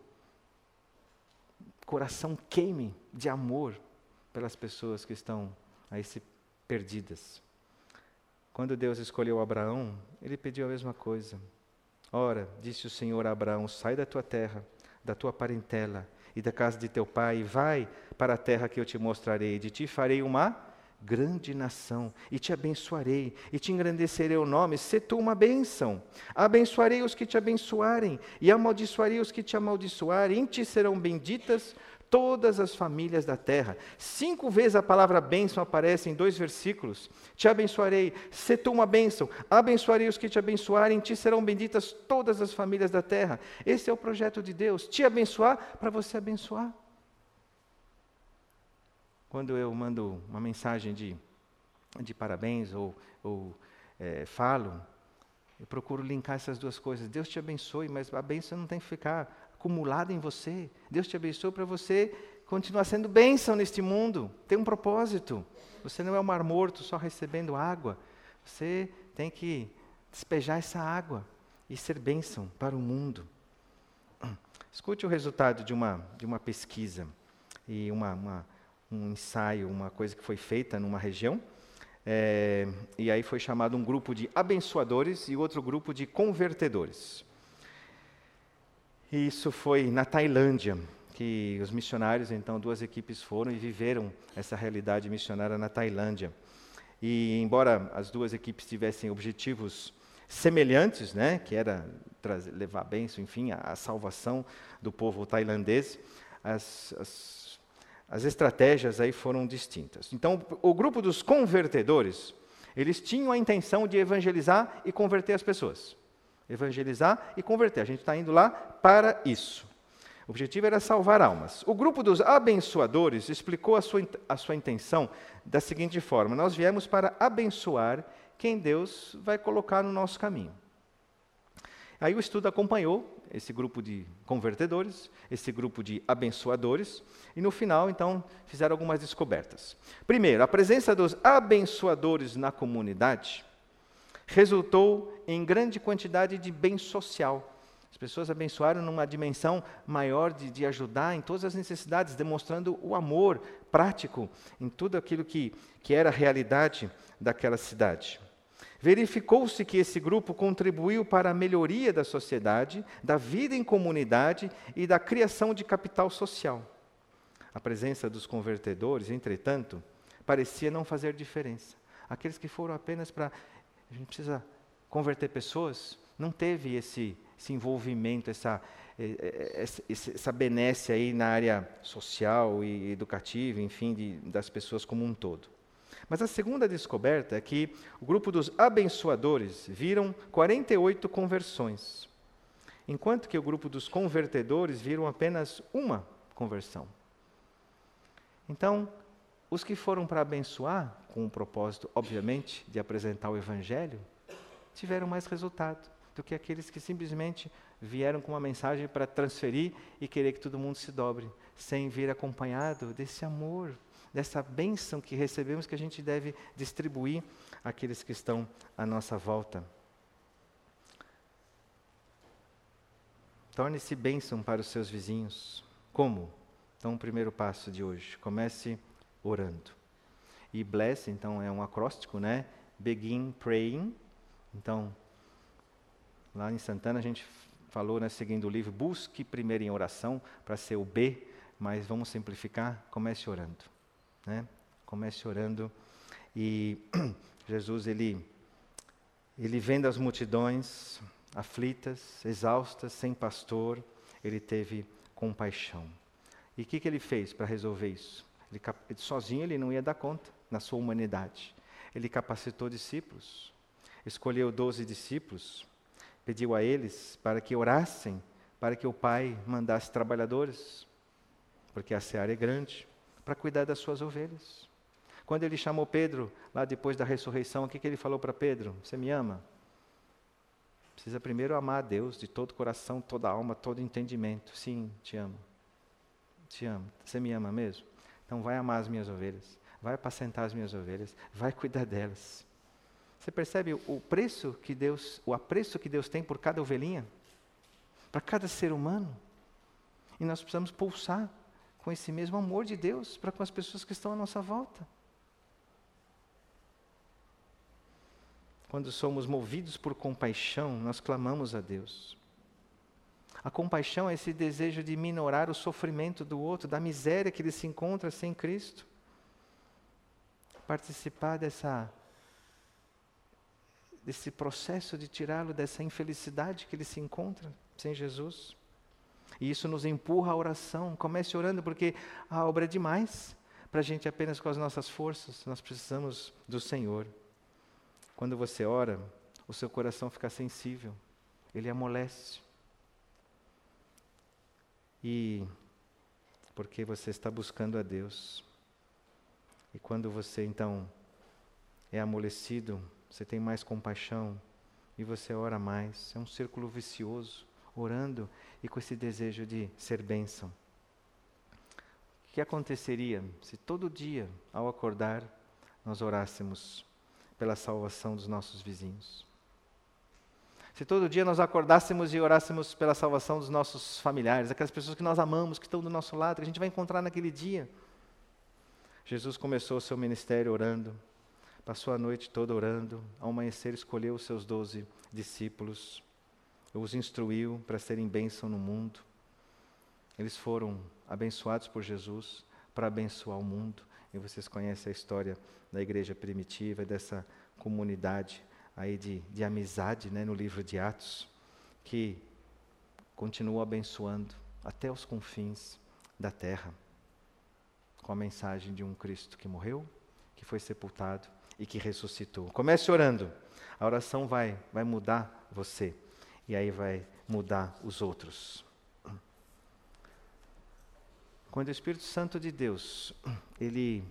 coração queime de amor pelas pessoas que estão aí perdidas. Quando Deus escolheu Abraão, Ele pediu a mesma coisa. Ora, disse o Senhor a Abraão, sai da tua terra, da tua parentela e da casa de teu pai, e vai para a terra que eu te mostrarei, de ti farei uma grande nação, e te abençoarei, e te engrandecerei o nome, sê tu uma bênção. Abençoarei os que te abençoarem, e amaldiçoarei os que te amaldiçoarem, em ti serão benditas todas as famílias da terra. 5 vezes a palavra bênção aparece em 2 versículos. Te abençoarei, sê tu uma bênção. Abençoarei os que te abençoarem, em ti serão benditas todas as famílias da terra. Esse é o projeto de Deus, te abençoar para você abençoar. Quando eu mando uma mensagem de parabéns ou falo, eu procuro linkar essas duas coisas. Deus te abençoe, mas a bênção não tem que ficar acumulada em você. Deus te abençoe para você continuar sendo bênção neste mundo. Tem um propósito. Você não é um mar morto só recebendo água. Você tem que despejar essa água e ser bênção para o mundo. Escute o resultado de uma pesquisa e um ensaio, uma coisa que foi feita numa região, e aí foi chamado um grupo de abençoadores e outro grupo de convertedores. E isso foi na Tailândia, que os missionários, então, 2 equipes foram e viveram essa realidade missionária na Tailândia. E embora as 2 equipes tivessem objetivos semelhantes, né, que era levar a bênção, enfim, a salvação do povo tailandês, as estratégias aí foram distintas. Então, o grupo dos convertedores, eles tinham a intenção de evangelizar e converter as pessoas. Evangelizar e converter. A gente está indo lá para isso. O objetivo era salvar almas. O grupo dos abençoadores explicou a sua intenção da seguinte forma: nós viemos para abençoar quem Deus vai colocar no nosso caminho. Aí o estudo acompanhou esse grupo de convertedores, esse grupo de abençoadores, e no final, então, fizeram algumas descobertas. Primeiro, a presença dos abençoadores na comunidade resultou em grande quantidade de bem social. As pessoas abençoaram numa dimensão maior de ajudar em todas as necessidades, demonstrando o amor prático em tudo aquilo que era a realidade daquela cidade. Verificou-se que esse grupo contribuiu para a melhoria da sociedade, da vida em comunidade e da criação de capital social. A presença dos convertedores, entretanto, parecia não fazer diferença. Aqueles que foram apenas para... A gente precisa converter pessoas, não teve esse envolvimento, essa benesse aí na área social e educativa, enfim, das pessoas como um todo. Mas a segunda descoberta é que o grupo dos abençoadores viram 48 conversões, enquanto que o grupo dos convertedores viram apenas uma conversão. Então, os que foram para abençoar, com o propósito, obviamente, de apresentar o Evangelho, tiveram mais resultado do que aqueles que simplesmente vieram com uma mensagem para transferir e querer que todo mundo se dobre, sem vir acompanhado desse amor, dessa bênção que recebemos, que a gente deve distribuir àqueles que estão à nossa volta. Torne-se bênção para os seus vizinhos. Como? Então, o primeiro passo de hoje, comece orando. e bless, então é um acróstico, né? Begin praying. Então, lá em Santana a gente falou, né, seguindo o livro, busque primeiro em oração, para ser o B, mas vamos simplificar, comece orando, né? Comece orando. E Jesus, ele vendo as multidões aflitas, exaustas, sem pastor, ele teve compaixão. E o que ele fez para resolver isso? Sozinho ele não ia dar conta, na sua humanidade. Ele capacitou discípulos, escolheu 12 discípulos, pediu a eles para que orassem, para que o Pai mandasse trabalhadores, porque a seara é grande, para cuidar das suas ovelhas. Quando ele chamou Pedro, lá depois da ressurreição, o que ele falou para Pedro? Você me ama? Precisa primeiro amar a Deus de todo coração, toda alma, todo entendimento. Sim, te amo. Te amo. Você me ama mesmo? Então vai amar as minhas ovelhas, vai apacentar as minhas ovelhas, vai cuidar delas. Você percebe o apreço que Deus tem por cada ovelhinha? Para cada ser humano? E nós precisamos pulsar com esse mesmo amor de Deus para com as pessoas que estão à nossa volta. Quando somos movidos por compaixão, nós clamamos a Deus. A compaixão é esse desejo de minorar o sofrimento do outro, da miséria que ele se encontra sem Cristo. Participar desse processo de tirá-lo dessa infelicidade que ele se encontra sem Jesus. E isso nos empurra à oração. Comece orando, porque a obra é demais para a gente apenas com as nossas forças. Nós precisamos do Senhor. Quando você ora, o seu coração fica sensível, ele amolece. E porque você está buscando a Deus. E quando você então é amolecido, você tem mais compaixão e você ora mais. É um círculo vicioso, orando e com esse desejo de ser bênção. O que aconteceria se todo dia, ao acordar, nós orássemos pela salvação dos nossos vizinhos? Se todo dia nós acordássemos e orássemos pela salvação dos nossos familiares, aquelas pessoas que nós amamos, que estão do nosso lado, que a gente vai encontrar naquele dia. Jesus começou o seu ministério orando, passou a noite toda orando, ao amanhecer escolheu os seus 12 discípulos, os instruiu para serem bênção no mundo. Eles foram abençoados por Jesus para abençoar o mundo. E vocês conhecem a história da igreja primitiva, dessa comunidade aí de amizade, né, no livro de Atos, que continuou abençoando até os confins da terra, com a mensagem de um Cristo que morreu, que foi sepultado e que ressuscitou. Comece orando. A oração vai mudar você, e aí vai mudar os outros. Quando o Espírito Santo de Deus, ele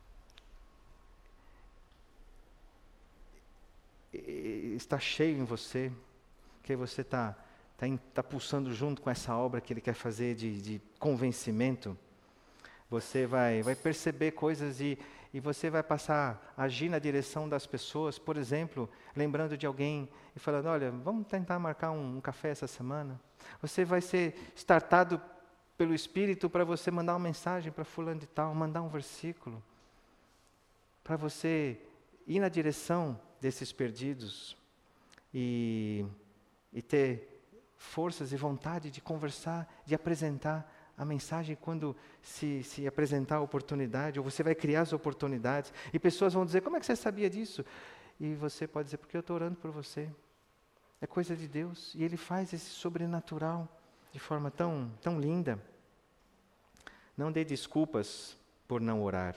está cheio em você, que você está pulsando junto com essa obra que ele quer fazer de convencimento, você vai perceber coisas e você vai passar a agir na direção das pessoas, por exemplo, lembrando de alguém e falando, olha, vamos tentar marcar um café essa semana. Você vai ser startado pelo Espírito para você mandar uma mensagem para fulano de tal, mandar um versículo, para você ir na direção desses perdidos e ter forças e vontade de conversar, de apresentar a mensagem quando se apresentar a oportunidade, ou você vai criar as oportunidades, e pessoas vão dizer, como é que você sabia disso? E você pode dizer, porque eu estou orando por você. É coisa de Deus, e Ele faz esse sobrenatural de forma tão linda. Não dê desculpas por não orar.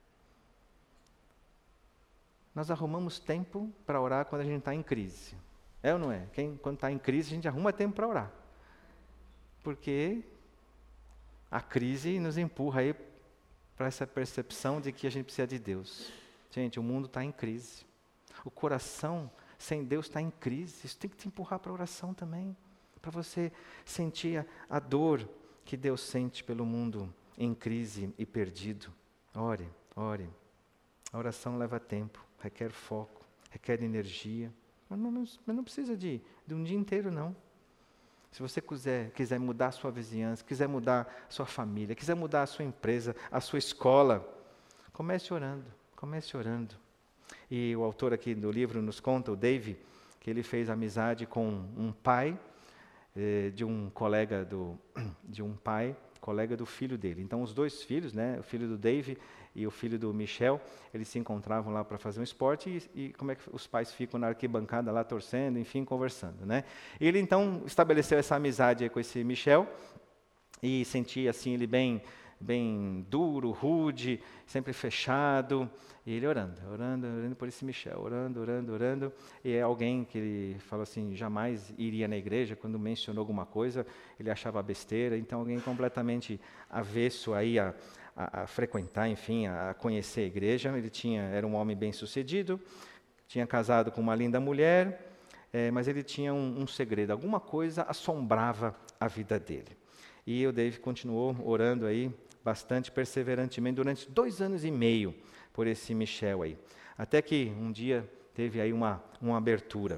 Nós arrumamos tempo para orar quando a gente está em crise. É ou não é? Quando está em crise, a gente arruma tempo para orar. Porque a crise nos empurra aí para essa percepção de que a gente precisa de Deus. Gente, o mundo está em crise. O coração sem Deus está em crise. Isso tem que te empurrar para a oração também. Para você sentir a dor que Deus sente pelo mundo em crise e perdido. Ore, ore. A oração leva tempo, requer foco, requer energia. Mas não precisa de um dia inteiro, não. Se você quiser mudar a sua vizinhança, quiser mudar a sua família, quiser mudar a sua empresa, a sua escola, comece orando. Comece orando. E o autor aqui do livro nos conta, o Dave, que ele fez amizade com um pai de um colega colega do filho dele. Então, os dois filhos, né, o filho do Dave e o filho do Michel, eles se encontravam lá para fazer um esporte e como é que os pais ficam na arquibancada lá torcendo, enfim, conversando, né? Ele então estabeleceu essa amizade aí com esse Michel e sentia assim ele bem duro, rude, sempre fechado, e ele orando por esse Michel, orando, e é alguém que ele falou assim, jamais iria na igreja, quando mencionou alguma coisa, ele achava besteira, então alguém completamente avesso aí a frequentar, enfim, a conhecer a igreja. Ele era um homem bem-sucedido, tinha casado com uma linda mulher, mas ele tinha um segredo, alguma coisa assombrava a vida dele. E o Dave continuou orando aí, bastante perseverantemente, durante 2 anos e meio, por esse Michel aí. Até que um dia teve aí uma abertura.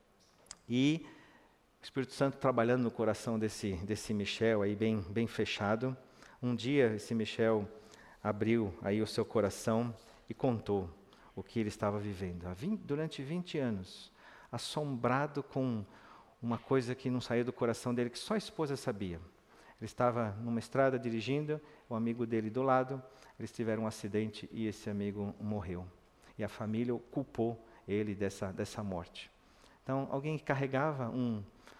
E o Espírito Santo trabalhando no coração desse Michel aí, bem fechado. Um dia esse Michel abriu aí o seu coração e contou o que ele estava vivendo. Durante 20 anos, assombrado com uma coisa que não saía do coração dele, que só a esposa sabia. Ele estava numa estrada dirigindo, o amigo dele do lado, eles tiveram um acidente e esse amigo morreu. E a família culpou ele dessa morte. Então, alguém que carregava um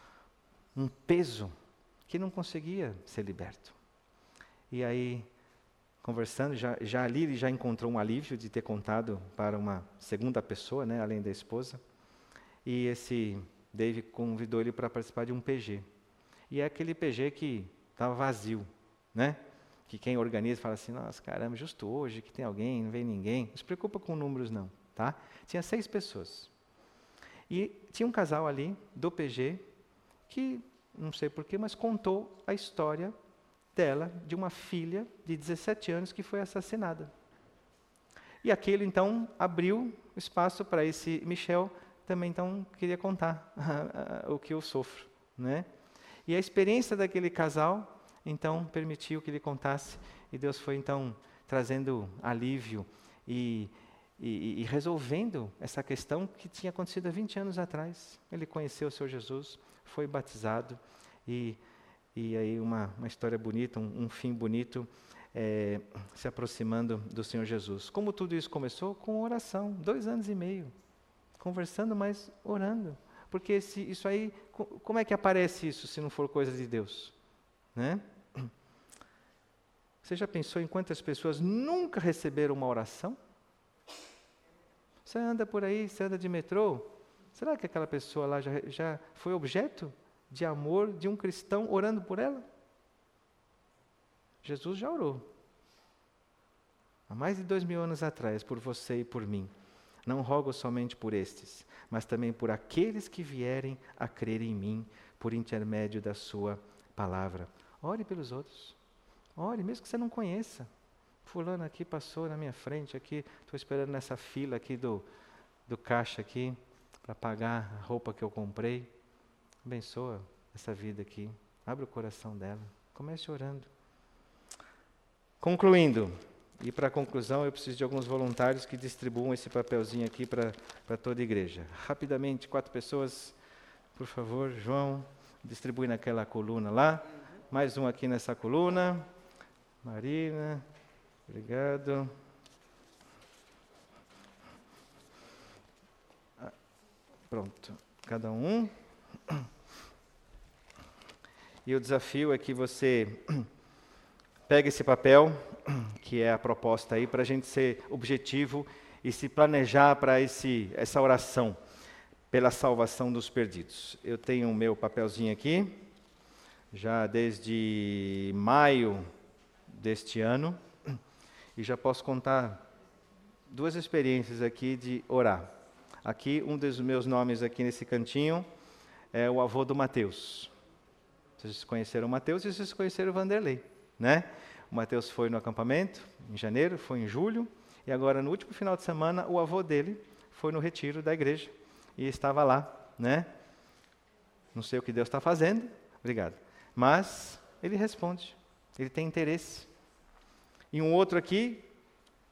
peso que não conseguia ser liberto. E aí, conversando, já ali ele já encontrou um alívio de ter contado para uma segunda pessoa, né, além da esposa. E esse Dave convidou ele para participar de um PG. E é aquele PG que estava vazio, né? Que quem organiza fala assim, nossa, caramba, justo hoje que tem alguém, não vem ninguém. Não se preocupa com números não, tá? Tinha 6 pessoas. E tinha um casal ali, do PG, que, não sei porquê, mas contou a história dela, de uma filha de 17 anos que foi assassinada. E aquilo, então, abriu espaço para esse Michel, também, então, queria contar o que eu sofro, né? E a experiência daquele casal, então, permitiu que ele contasse, e Deus foi, então, trazendo alívio e resolvendo essa questão que tinha acontecido há 20 anos atrás. Ele conheceu o Senhor Jesus, foi batizado, e aí uma história bonita, um fim bonito, se aproximando do Senhor Jesus. Como tudo isso começou? Com oração, 2 anos e meio, conversando, mas orando. Porque isso aí, como é que aparece isso, se não for coisa de Deus? Né? Você já pensou em quantas pessoas nunca receberam uma oração? Você anda por aí, você anda de metrô, será que aquela pessoa lá já foi objeto de amor de um cristão orando por ela? Jesus já orou. Há mais de 2000 anos atrás, por você e por mim. Não rogo somente por estes, mas também por aqueles que vierem a crer em mim, por intermédio da sua palavra. Ore pelos outros. Ore, mesmo que você não conheça. Fulano aqui passou na minha frente, aqui, estou esperando nessa fila aqui do caixa aqui, para pagar a roupa que eu comprei. Abençoa essa vida aqui. Abre o coração dela. Comece orando. Concluindo. E para a conclusão, eu preciso de alguns voluntários que distribuam esse papelzinho aqui para toda a igreja. Rapidamente, 4 pessoas, por favor. João, distribui naquela coluna lá. Mais um aqui nessa coluna. Marina, obrigado. Pronto, cada um. E o desafio é que você pegue esse papel, que é a proposta aí, para a gente ser objetivo e se planejar para essa oração pela salvação dos perdidos. Eu tenho o meu papelzinho aqui, já desde maio deste ano, e já posso contar 2 experiências aqui de orar. Aqui, um dos meus nomes aqui nesse cantinho é o avô do Mateus. Vocês conheceram o Mateus e vocês conheceram o Vanderlei, né? O Mateus foi no acampamento, em janeiro, foi em julho, e agora no último final de semana, o avô dele foi no retiro da igreja, e estava lá, né? Não sei o que Deus está fazendo, obrigado. Mas ele responde, ele tem interesse. E um outro aqui,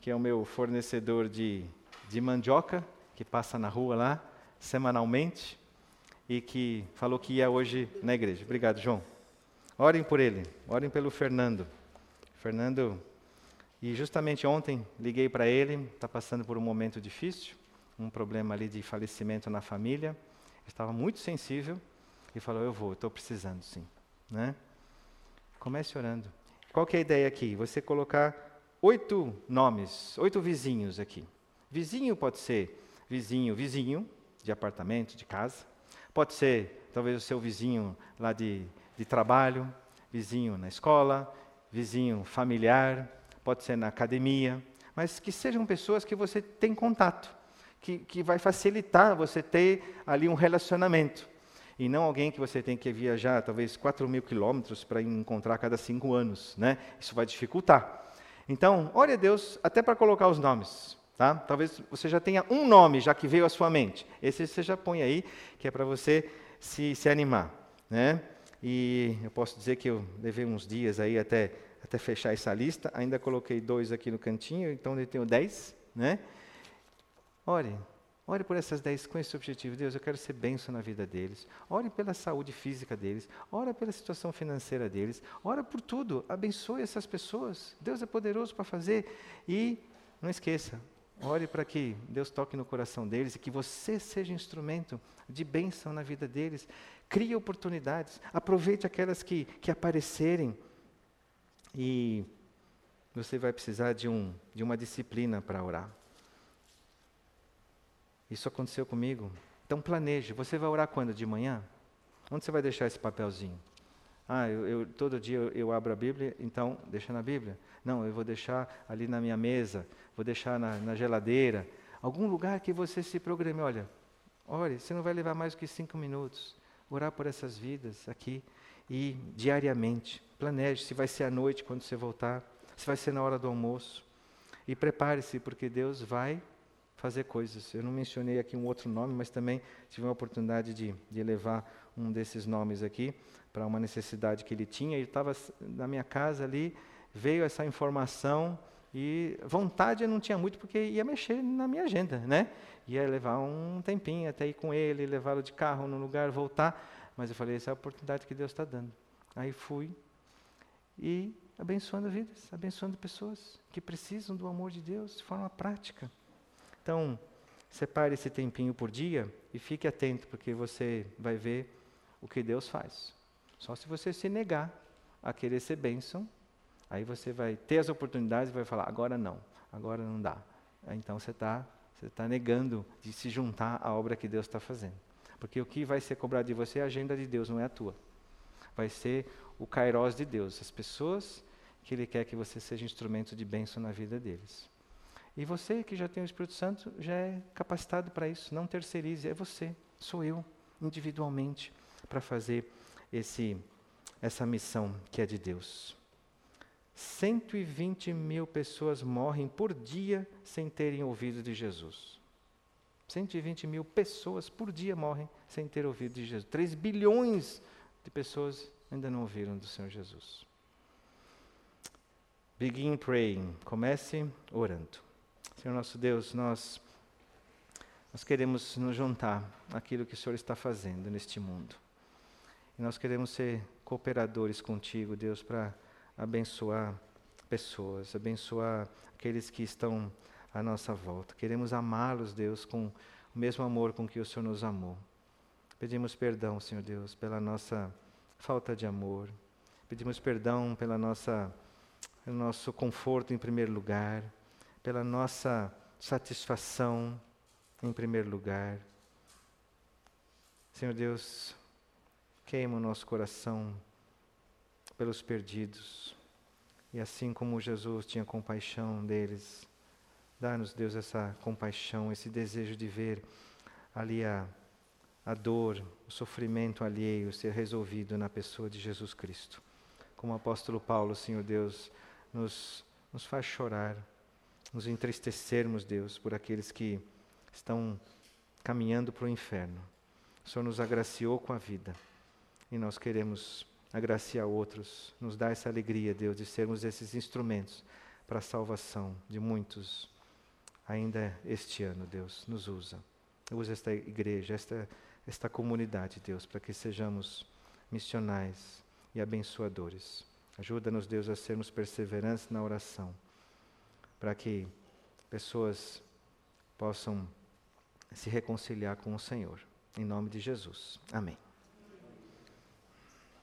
que é o meu fornecedor de mandioca, que passa na rua lá, semanalmente, e que falou que ia hoje na igreja. Obrigado, João. Orem por ele, orem pelo Fernando. Fernando, e justamente ontem liguei para ele, está passando por um momento difícil, um problema ali de falecimento na família, estava muito sensível, e falou, estou precisando sim. Né? Comece orando. Qual que é a ideia aqui? Você colocar 8 nomes, 8 vizinhos aqui. Vizinho pode ser vizinho de apartamento, de casa. Pode ser, talvez, o seu vizinho lá de trabalho, vizinho na escola, vizinho familiar, pode ser na academia, mas que sejam pessoas que você tem contato, que vai facilitar você ter ali um relacionamento. E não alguém que você tem que viajar, talvez 4.000 quilômetros para encontrar a cada 5 anos, né? Isso vai dificultar. Então, ore a Deus até para colocar os nomes, tá? Talvez você já tenha um nome, já que veio à sua mente. Esse você já põe aí, que é para você se animar, né? E eu posso dizer que eu levei uns dias aí até fechar essa lista. Ainda coloquei 2 aqui no cantinho, então eu tenho 10, né? Ore por essas 10 com esse objetivo. Deus, eu quero ser bênção na vida deles. Ore pela saúde física deles. Ore pela situação financeira deles. Ore por tudo. Abençoe essas pessoas. Deus é poderoso para fazer. E não esqueça, ore para que Deus toque no coração deles e que você seja instrumento de bênção na vida deles. Crie oportunidades. Aproveite aquelas que aparecerem. E você vai precisar de uma disciplina para orar. Isso aconteceu comigo. Então planeje. Você vai orar quando? De manhã? Onde você vai deixar esse papelzinho? Todo dia eu abro a Bíblia, então deixa na Bíblia. Não, eu vou deixar ali na minha mesa, vou deixar na geladeira. Algum lugar que você se programe. Olha, ore, você não vai levar mais do que 5 minutos. Orar por essas vidas aqui. E diariamente. Planeje se vai ser à noite quando você voltar, se vai ser na hora do almoço. E prepare-se, porque Deus vai fazer coisas. Eu não mencionei aqui um outro nome, mas também tive a oportunidade de levar um desses nomes aqui para uma necessidade que ele tinha. Ele estava na minha casa ali, veio essa informação e vontade eu não tinha muito porque ia mexer na minha agenda, né? Ia levar um tempinho até ir com ele, levá-lo de carro num lugar, voltar. Mas eu falei, essa é a oportunidade que Deus está dando. Aí fui e abençoando vidas, abençoando pessoas que precisam do amor de Deus de forma prática. Então, separe esse tempinho por dia e fique atento, porque você vai ver o que Deus faz. Só se você se negar a querer ser bênção, aí você vai ter as oportunidades e vai falar, agora não dá. Então você está negando de se juntar à obra que Deus está fazendo. Porque o que vai ser cobrado de você é a agenda de Deus, não é a tua. Vai ser o Kairos de Deus, as pessoas que Ele quer que você seja instrumento de bênção na vida deles. E você que já tem o Espírito Santo, já é capacitado para isso. Não terceirize, é você, sou eu, individualmente, para fazer essa missão que é de Deus. 120.000 pessoas morrem por dia sem terem ouvido de Jesus. 120.000 pessoas por dia morrem sem ter ouvido de Jesus. 3 bilhões de pessoas ainda não ouviram do Senhor Jesus. Begin praying. Comece orando. Senhor nosso Deus, nós queremos nos juntar àquilo que o Senhor está fazendo neste mundo. E nós queremos ser cooperadores contigo, Deus, para abençoar pessoas, abençoar aqueles que estão à nossa volta. Queremos amá-los, Deus, com o mesmo amor com que o Senhor nos amou. Pedimos perdão, Senhor Deus, pela nossa falta de amor. Pedimos perdão pelo nosso conforto em primeiro lugar, pela nossa satisfação em primeiro lugar. Senhor Deus, queima o nosso coração pelos perdidos. E assim como Jesus tinha compaixão deles, dá-nos, Deus, essa compaixão, esse desejo de ver ali a dor, o sofrimento alheio ser resolvido na pessoa de Jesus Cristo. Como o apóstolo Paulo, Senhor Deus, nos faz chorar, nos entristecermos, Deus, por aqueles que estão caminhando para o inferno. O Senhor nos agraciou com a vida e nós queremos agraciar outros, nos dá essa alegria, Deus, de sermos esses instrumentos para a salvação de muitos ainda este ano, Deus. Nos usa. Usa esta igreja, esta comunidade, Deus, para que sejamos missionais e abençoadores. Ajuda-nos, Deus, a sermos perseverantes na oração, para que pessoas possam se reconciliar com o Senhor. Em nome de Jesus. Amém.